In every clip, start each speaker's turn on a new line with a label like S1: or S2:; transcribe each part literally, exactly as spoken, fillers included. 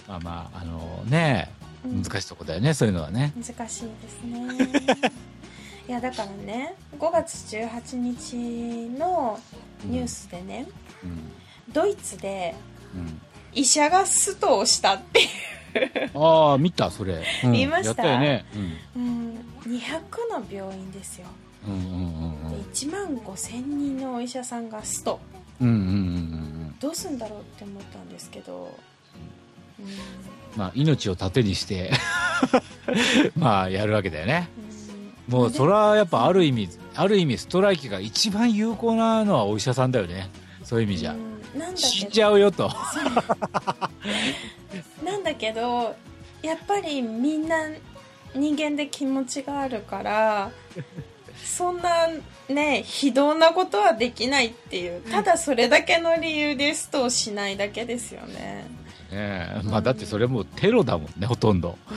S1: まあまああのね、うん、難しいとこだよね、そういうのはね。
S2: 難しいですねいやだからねごがつじゅうはちにちのニュースでね、うんうん、ドイツで医者がストをしたっていう
S1: ああ見たそれ、
S2: うん、見ました。
S1: やったよね、
S2: うんうん、にひゃくの病院ですよ、うんうんうんうん、でいちまんごせんにんのお医者さんがスト、うんうんうんうん、どうすんだろうって思ったんですけど、
S1: うん、まあ命を盾にしてまあやるわけだよね、うん、もうそれはやっぱある意味ある意味ストライキが一番有効なのはお医者さんだよね、そういう意味じゃ、うん、なんだけど死んじゃうよと
S2: なんだけどやっぱりみんな人間で気持ちがあるからそんなね非道なことはできないっていう、ただそれだけの理由でストをしないだけですよね。
S1: ねえ、まあ、だってそれもテロだもんね、ほとんど、うん、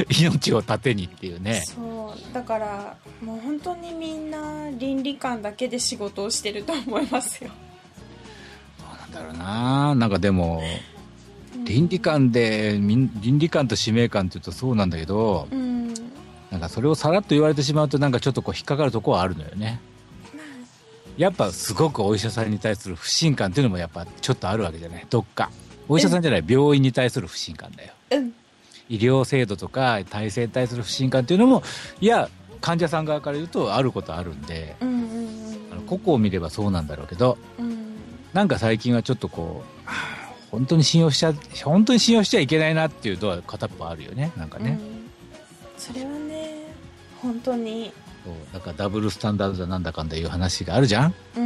S1: 命を盾にっていうね。
S2: そうだからもう本当にみんな倫理観だけで仕事をしてると思いますよ。
S1: どうなんだろうな、なんかでも倫理観で倫理観と使命感っていうとそうなんだけど、うん、なんかそれをさらっと言われてしまうとなんかちょっとこう引っかかるところはあるのよね。やっぱすごくお医者さんに対する不信感っていうのもやっぱちょっとあるわけじゃない、どっかお医者さんじゃない、うん、病院に対する不信感だよ、うん、医療制度とか体制に対する不信感っていうのもいや患者さん側から言うとあることあるんで、うんうんうん、あの個々を見ればそうなんだろうけど、うん、なんか最近はちょっとこう本当に信用しちゃ本当に信用しちゃいけないなっていうのは片っぽあるよね、なんかね、うん、
S2: それはね本当に
S1: そうだからダブルスタンダードだなんだかんだいう話があるじゃん、うん、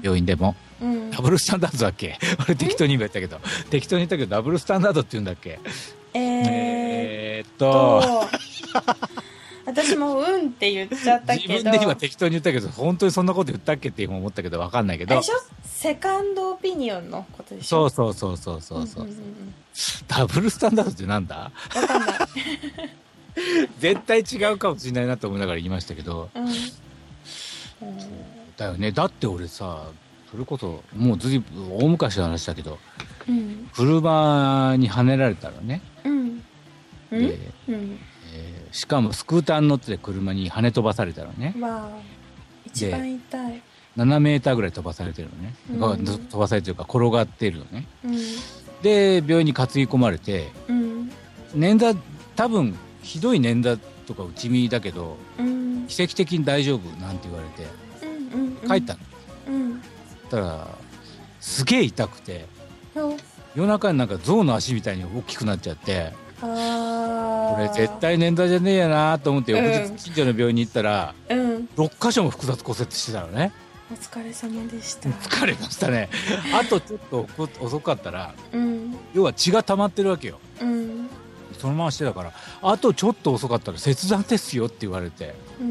S1: 病院でも、うん、ダブルスタンダードだっけ俺適当に言ったけど適当に言ったけどダブルスタンダードって言うんだっけ、えー、えー、っと
S2: 私もうんって言っちゃったけど
S1: 自分で今適当に言ったけど本当にそんなこと言ったっけって今思ったけど分かんないけど、
S2: でしょセカンドオピニオンのことでしょ。
S1: そうそうそうそうそうそう、うんうんうん、ダブルスタンダードってなんだ
S2: 分かんない
S1: 絶対違うかもしれないなと思いながら言いましたけど、うんうん、だよね。だって俺さそれこそもうずいぶん大昔の話だけど、うん、車にはねられたらね、うんでうん、えー、しかもスクーターに乗ってて車に跳ね飛ばされたのね。
S2: わあ一番痛い。
S1: ななメーターぐらい飛ばされてるのね、うん、飛ばされてるか転がってるのね、うん、で病院に担ぎ込まれて、うん、捻挫多分ひどい捻挫とか内身だけど、うん、奇跡的に大丈夫なんて言われて、うんうんうん、帰ったの、うん、たらすげえ痛くて、うん、夜中になんか象の足みたいに大きくなっちゃって、あこれ絶対捻挫じゃねえやなと思って翌日近所の病院に行ったら、うん、ろっかしょも複雑骨折してたのね。
S2: お疲れ様でした。
S1: お疲れましたねあとちょっと遅かったら、うん、要は血が溜まってるわけよ、うん、そのまましてたからあとちょっと遅かったら切断ですよって言われて、うん、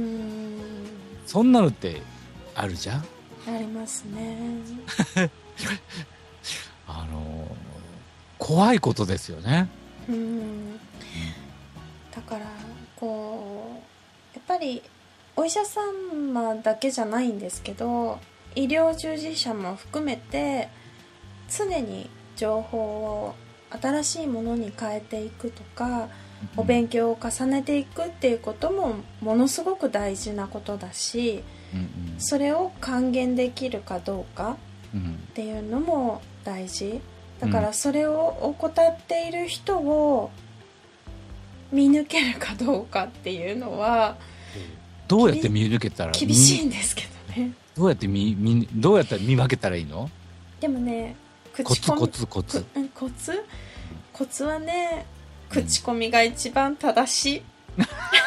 S1: そんなのってあるじゃん。
S2: ありますね
S1: あの怖いことですよね、うんうん、
S2: だからこうやっぱりお医者様だけじゃないんですけど医療従事者も含めて常に情報を新しいものに変えていくとか、うん、お勉強を重ねていくっていうこともものすごく大事なことだし、うんうん、それを還元できるかどうかっていうのも大事だからそれを怠っている人を見抜けるかどうかっていうのは
S1: どうやって見抜けたら
S2: 厳しいんですけどね。
S1: どうやって 見, 見どうやったら見分けたらいいの？
S2: でもね
S1: 口コツコツ
S2: コツコツはね口コミが一番正しい、うん、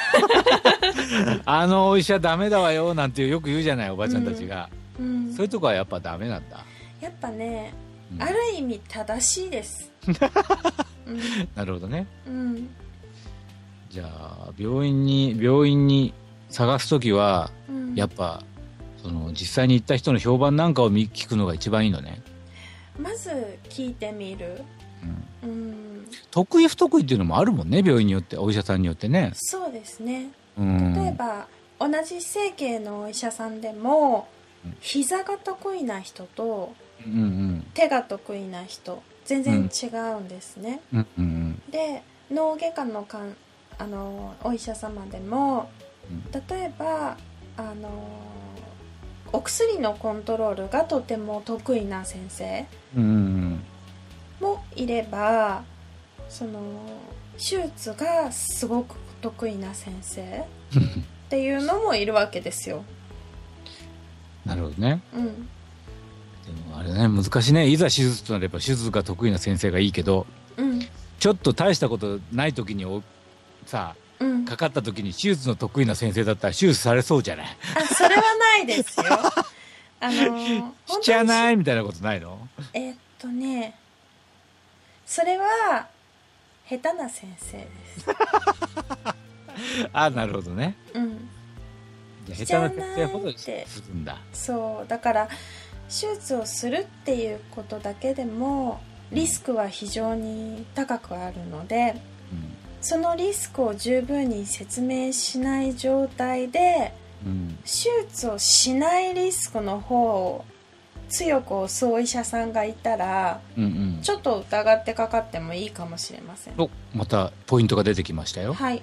S1: あのお医者ダメだわよなんてよく言うじゃないおばちゃんたちが、うんうん、そういうとこはやっぱダメなんだ。
S2: やっぱね、うん、ある意味正しいです、
S1: うん、なるほどね、うん、じゃあ病院に病院に探すときは、うん、やっぱその実際に行った人の評判なんかを聞くのが一番いいのね。
S2: まず聞いてみる、うんうん、
S1: 得意不得意っていうのもあるもんね病院によってお医者さんによってね。
S2: そうですね、うん、例えば同じ整形のお医者さんでも、うん、膝が得意な人と、うんうん、手が得意な人全然違うんですね、
S1: うんうん、
S2: で脳外科のかんあのお医者様でも、例えばあのお薬のコントロールがとても得意な先生もいれば、その手術がすごく得意な先生っていうのもいるわけですよ。
S1: なるほどね、
S2: うん、
S1: でもあれね、難しいね。いざ手術となれば手術が得意な先生がいいけど、うん、ちょっと大したことない時におさあ、うん、かかった時に手術の得意な先生だったら手術されそうじゃない？
S2: あ、それはないですよ。あのー、
S1: しちゃないみたいなことないの？
S2: えー、っとねそれは下手な先生です
S1: あ、なるほどね。
S2: うん。
S1: 下手な先生ほどするんだ。
S2: そうだから手術をするっていうことだけでもリスクは非常に高くあるので、うん、そのリスクを十分に説明しない状態で、うん、手術をしないリスクの方を強く押すお医者さんがいたら、うんうん、ちょっと疑ってかかってもいいかもしれません。
S1: お、またポイントが出てきましたよ。
S2: はい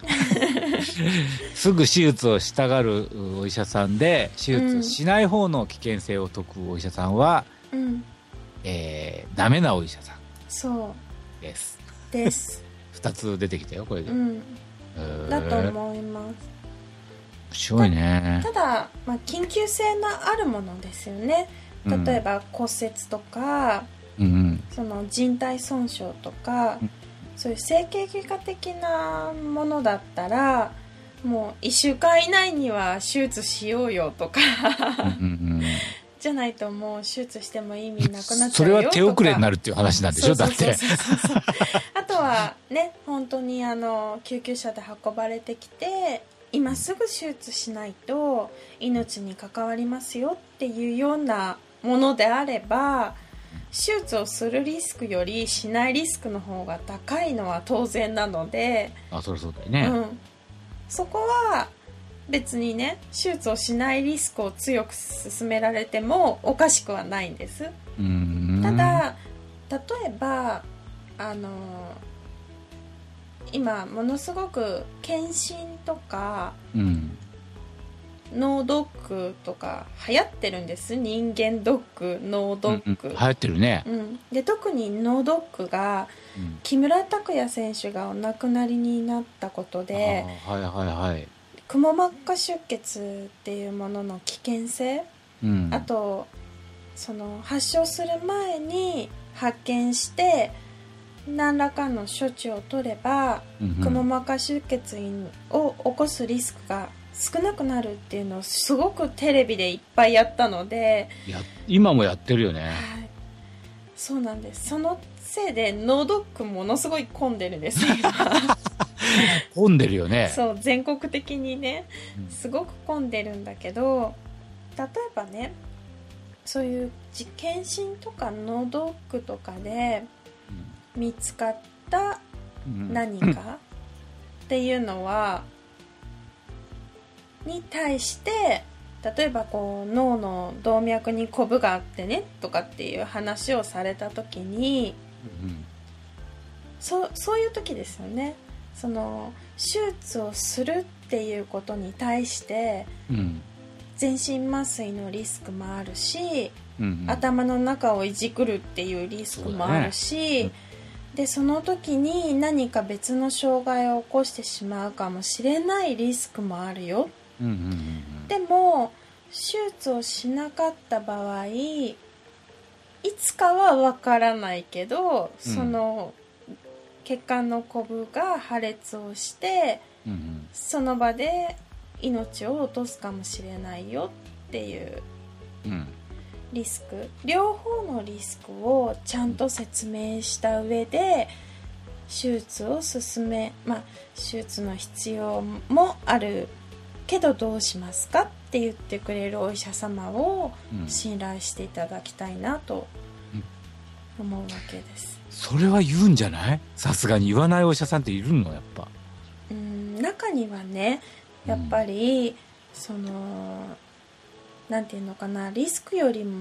S1: すぐ手術をしたがるお医者さんで手術をしない方の危険性を解くお医者さんは、うんえー、ダメなお医者さん
S2: そう
S1: です
S2: です
S1: ふたつ出てきたよこれで、うん、
S2: だと思います。
S1: 面白いね。
S2: た, ただ、まあ、緊急性のあるものですよね。例えば骨折とか、うん、その靭帯損傷とか、うん、そういう整形外科的なものだったらもういっしゅうかん以内には手術しようよとかうんうん、じゃないともう手術しても意味なくなっちゃうよとか。
S1: それは手遅れになるっていう話なんでしょ。だって
S2: あとはね本当にあの救急車で運ばれてきて今すぐ手術しないと命に関わりますよっていうようなものであれば手術をするリスクよりしないリスクの方が高いのは当然なので、
S1: あ、そりゃそうだよね、うん、
S2: そこは別にね手術をしないリスクを強く勧められてもおかしくはないんです。
S1: うーん、
S2: ただ例えばあの今ものすごく検診とか、うん脳ドックとか流行ってるんです。人間ドック、脳ドック、
S1: うんうん、流行ってるね、
S2: うん、で特に脳ドックが、うん、木村拓哉選手がお亡くなりになったことで、
S1: はいはいはい、
S2: くも膜下出血っていうものの危険性、うん、あとその発症する前に発見して何らかの処置を取れば、うんうん、くも膜下出血を起こすリスクが少なくなるっていうのをすごくテレビでいっぱいやったので、
S1: や今もやってるよね、はい、
S2: そうなんです。そのせいで脳ドックものすごい混んでるんです
S1: 混んでるよね。
S2: そう全国的にねすごく混んでるんだけど、例えばねそういう検診とか脳ドックとかで見つかった何かっていうのはに対して例えばこう脳の動脈にコブがあってねとかっていう話をされた時に、うん、そ, そういう時ですよね。その手術をするっていうことに対して、うん、全身麻酔のリスクもあるし、うんうん、頭の中をいじくるっていうリスクもあるし、ね、うん、でその時に何か別の障害を起こしてしまうかもしれないリスクもあるよ、うんうんうんうん、でも手術をしなかった場合いつかは分からないけど、うん、その血管のコブが破裂をして、うんうん、その場で命を落とすかもしれないよっていうリスク、うん、両方のリスクをちゃんと説明した上で手術を進め、まあ、手術の必要もあるけどどうしますかって言ってくれるお医者様を信頼していただきたいなと思うわけです、
S1: うん、それは言うんじゃない？さすがに言わないお医者さんっているの？やっぱ
S2: うーん中にはねやっぱり、うん、そのなんていうのかなリスクよりも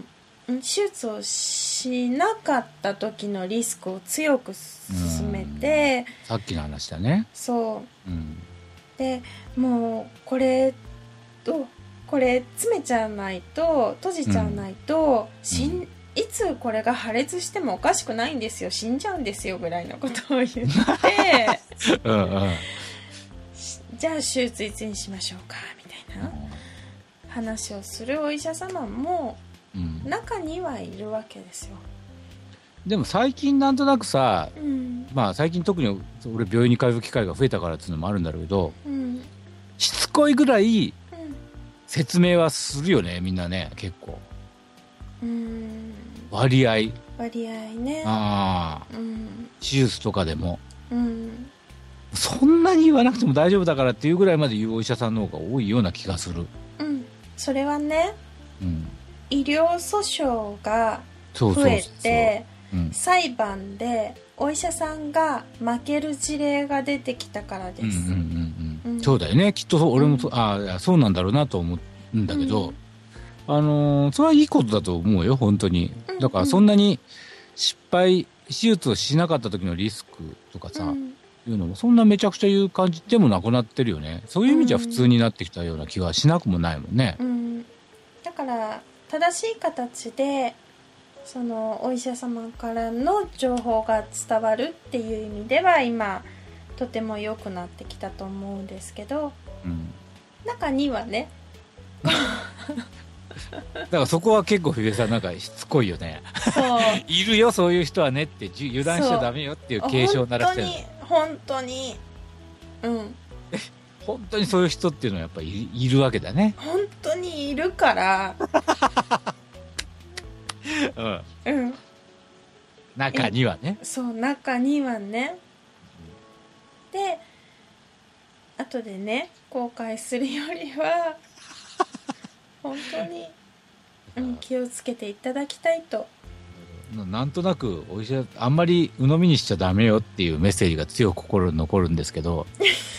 S2: 手術をしなかった時のリスクを強く進めて、
S1: さっきの話だね。
S2: そう、
S1: うん、
S2: でもうこれとこれ詰めちゃわないと閉じちゃわないと、うん、しんいつこれが破裂してもおかしくないんですよ、死んじゃうんですよぐらいのことを言ってうん、うん、じゃあ手術いつにしましょうかみたいな話をするお医者様も中にはいるわけですよ。
S1: でも最近なんとなくさ、
S2: うん、
S1: まあ最近特に俺病院に通う機会が増えたからっていうのもあるんだろうけど、うん、しつこいぐらい説明はするよね、みんなね、結構。
S2: うん、
S1: 割合
S2: 割合ね。
S1: ああ、うん、手術とかでも、
S2: うん、
S1: そんなに言わなくても大丈夫だからっていうぐらいまで言うお医者さんの方が多いような気がする。
S2: うん、それはね、うん、医療訴訟が増えて、うん、裁判でお医者さんが負ける事例が出てきたからです。うんうん
S1: うんうん、そうだよね、きっと俺も、うん、あそうなんだろうなと思うんだけど、うん、あのー、それはいいことだと思うよ本当に。だからそんなに失敗手術をしなかった時のリスクとかさ、うん、いうのもそんなめちゃくちゃ言う感じでもなくなってるよね。そういう意味じゃ普通になってきたような気はしなくもないもんね。
S2: うん、だから正しい形でそのお医者様からの情報が伝わるっていう意味では今とても良くなってきたと思うんですけど、うん、中にはね
S1: だからそこは結構冬江さんなんかしつこいよね。
S2: そう
S1: いるよそういう人はねって、油断しちゃダメよっていう警鐘を鳴らしてる。
S2: 本当に本当にうん
S1: 本当にそういう人っていうのはやっぱり い, いるわけだね。
S2: 本当にいるから
S1: うん
S2: うん、
S1: 中にはね。
S2: そう中にはね、うん、で後でね後悔するよりは本当に、うん、気をつけていただきたいと。
S1: なんとなくお医者あんまり鵜呑みにしちゃダメよっていうメッセージが強く心に残るんですけど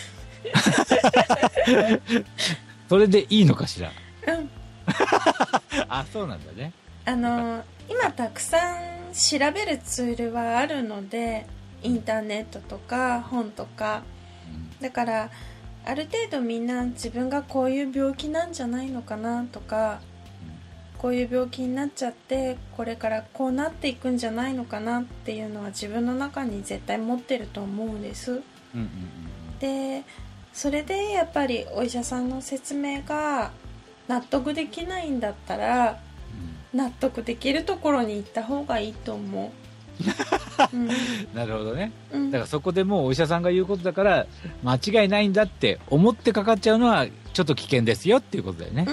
S1: それでいいのかしら。
S2: うん
S1: あ、そうなんだね。
S2: あの今たくさん調べるツールはあるので、インターネットとか本とか、だからある程度みんな自分がこういう病気なんじゃないのかなとか、こういう病気になっちゃってこれからこうなっていくんじゃないのかなっていうのは自分の中に絶対持ってると思うんです、うんうんうん、でそれでやっぱりお医者さんの説明が納得できないんだったら、うん、納得できるところに行った方がいいと思う、うん、
S1: なるほどね、うん、だからそこでもうお医者さんが言うことだから間違いないんだって思ってかかっちゃうのはちょっと危険ですよっていうことだよね、うん、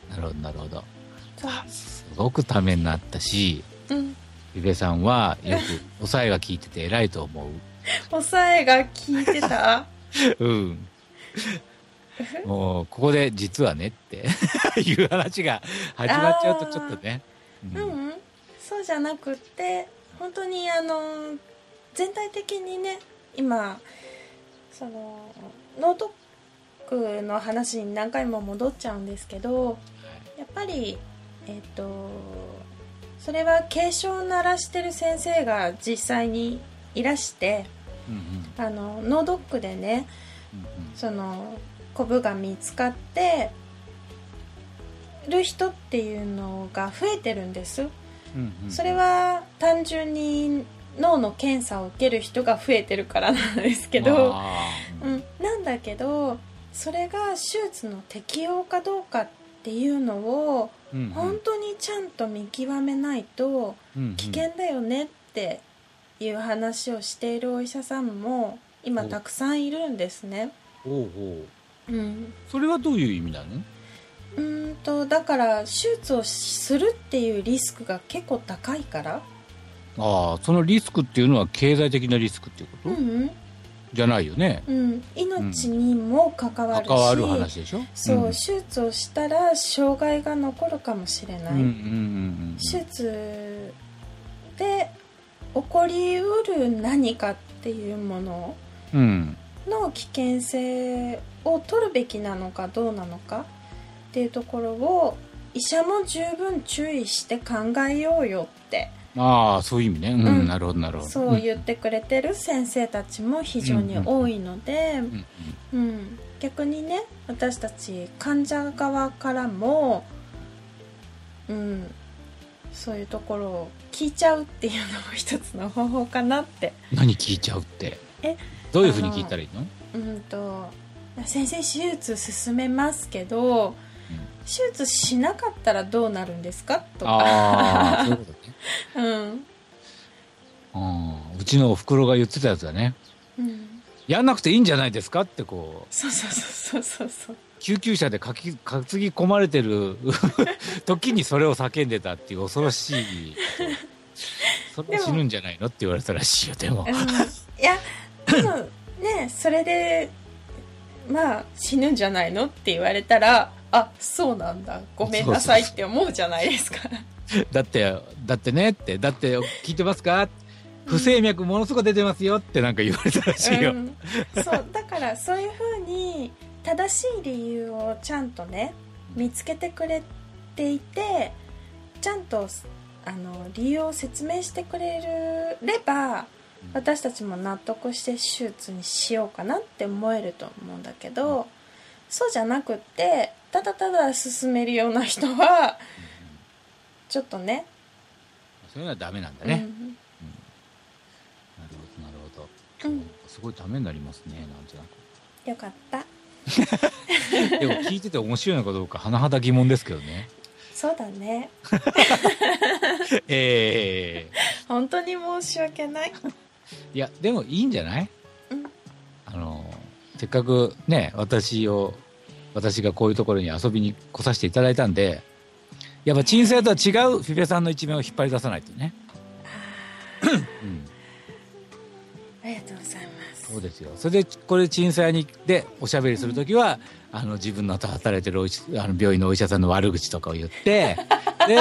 S1: なるほどなるほど。すごくためになったし、うん、ゆべさんはよく抑えが効いてて偉いと思う。
S2: 抑えが効いてた
S1: うんもうここで実はねっていう話が始まっちゃうとちょっとね、
S2: うん、うんうん、そうじゃなくって本当にあの全体的にね今その脳ドックの話に何回も戻っちゃうんですけど、やっぱりえっとそれは警鐘を鳴らしてる先生が実際にいらして、うんうん、あの脳ドックでね、うんうん、そのコブが見つかってる人っていうのが増えてるんです、うんうん、それは単純に脳の検査を受ける人が増えてるからなんですけど、うん、なんだけどそれが手術の適用かどうかっていうのを本当にちゃんと見極めないと危険だよねっていう話をしているお医者さんも今たくさんいるんですね。
S1: おうおう、うん、それはどういう意味なの？
S2: うーんとだから手術をするっていうリスクが結構高いから。
S1: ああ、そのリスクっていうのは経済的なリスクっていうこと？うんうんじゃないよね、
S2: うん、命にも関わるし、
S1: 関わる話でしょ。
S2: そう、うん、手術をしたら障害が残るかもしれない、うんうんうんうん、手術で起こりうる何かっていうものの危険性を取るべきなのかどうなのかっていうところを医者も十分注意して考えようよって、
S1: ああそういう意味ね、うん、うん、なるほどなるほど、
S2: そう言ってくれてる先生たちも非常に多いので、うんうんうん、逆にね私たち患者側からも、うん、そういうところを聞いちゃうっていうのも一つの方法かなって。
S1: 何聞いちゃうって？え、どういうふうに聞いたらいいの？
S2: うんと先生手術進めますけど、うん、手術しなかったらどうなるんですかとか。
S1: ああそういうことね。
S2: うん
S1: あ、うちのおふくろが言ってたやつだね、うん、やんなくていいんじゃないですかってこ
S2: う、そうそうそうそうそう
S1: 救急車でかき担ぎ込まれてる時にそれを叫んでたっていう恐ろしいそれは死ぬんじゃないのって言われたらしいよ。でも、うん、い
S2: やでもねそれでまあ死ぬんじゃないのって言われたら、あそうなんだごめんなさいって思うじゃないですか。
S1: だってだってねってだって聞いてますか、不整脈ものすごく出てますよってなんか言われたらしいよ、うん、
S2: そうだからそういうふうに正しい理由をちゃんとね見つけてくれていて、ちゃんとあの理由を説明してくれれば私たちも納得して手術にしようかなって思えると思うんだけど、うん、そうじゃなくってただただ進めるような人はちょっとね、
S1: そういうのはダメなんだね、うんうん、なるほどなるほど、うん、すごいためになりますね。なんとなく
S2: よかった
S1: でも聞いてて面白いのかどうか甚だ疑問ですけどね。
S2: そうだね
S1: ええー、
S2: 本当に申し訳ない。
S1: いやでもいいんじゃない、
S2: うん、
S1: あのせっかくね私を私がこういうところに遊びに来させていただいたんで、やっぱ鎮西とは違うフィベさんの一面を引っ張り出さないとね、
S2: うん、ありがとうございます。
S1: そうですよ。それでこれ鎮西にでおしゃべりするときは、うん、あの自分の働いてるおいあの病院のお医者さんの悪口とかを言ってで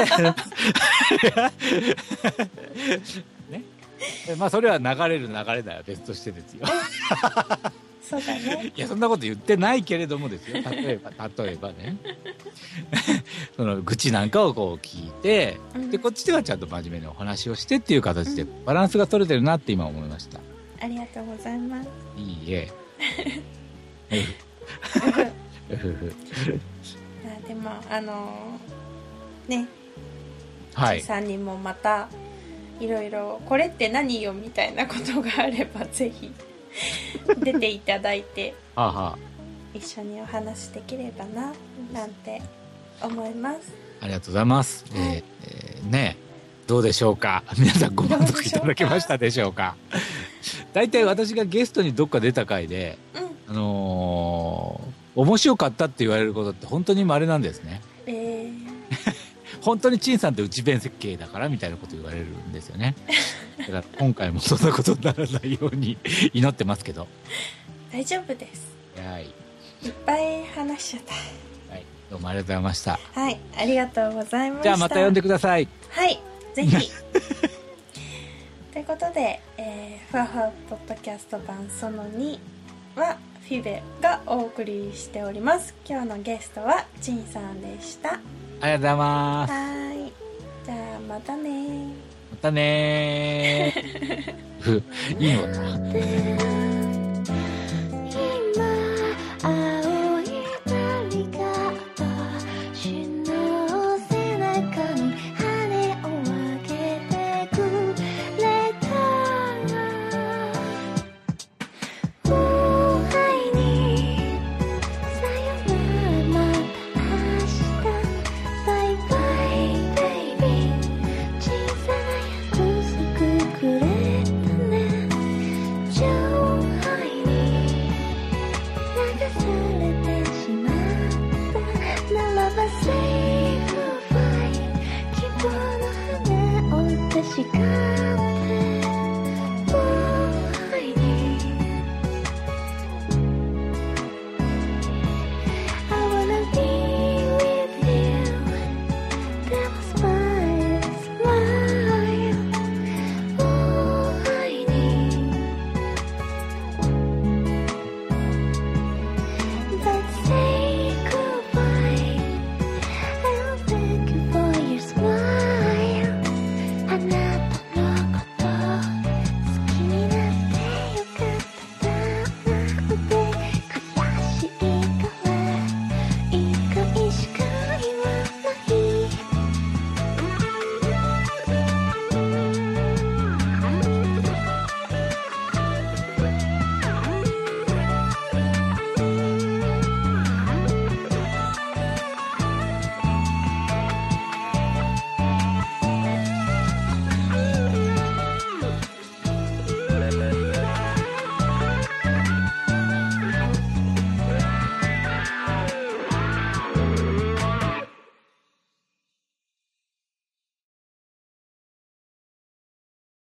S1: ね、まあそれは流れる流れだよ別としてですよ
S2: そうだね。
S1: いやそんなこと言ってないけれどもですよ、例えば例えばねその愚痴なんかをこう聞いて、うん、でこっちではちゃんと真面目にお話をしてっていう形でバランスが取れてるなって今思いました、
S2: うん、ありがとうございます。
S1: いいえ
S2: あでもあのー、ね
S1: はい
S2: さんにもまたいろいろこれって何よみたいなことがあればぜひ出ていただいて
S1: はあ、はあ、
S2: 一緒にお話できればななんて思います。
S1: ありがとうございます、はい、えー、ねどうでしょうか皆さんご満足いただけましたでしょうか。大体私がゲストにどっか出た回で、うん、あのー、面白かったって言われることって本当に稀なんですね、
S2: えー、
S1: 本当に陳さんって内弁設計だからみたいなこと言われるんですよね。だから今回もそんなことにならないように祈ってますけど
S2: 大丈夫です。
S1: はい、
S2: いっぱい話しちゃった。
S1: はい、どうもありがとうございました。
S2: はい、ありがとうございました。
S1: じゃあまた呼んでください。
S2: はい、ぜひということで、えー、ふわふわポッドキャスト版そのにはフィベがお送りしております。今日のゲストは陳さんでした。
S1: ありがとうございます。
S2: はい、じゃあまたね
S1: またねーいいのか
S3: しか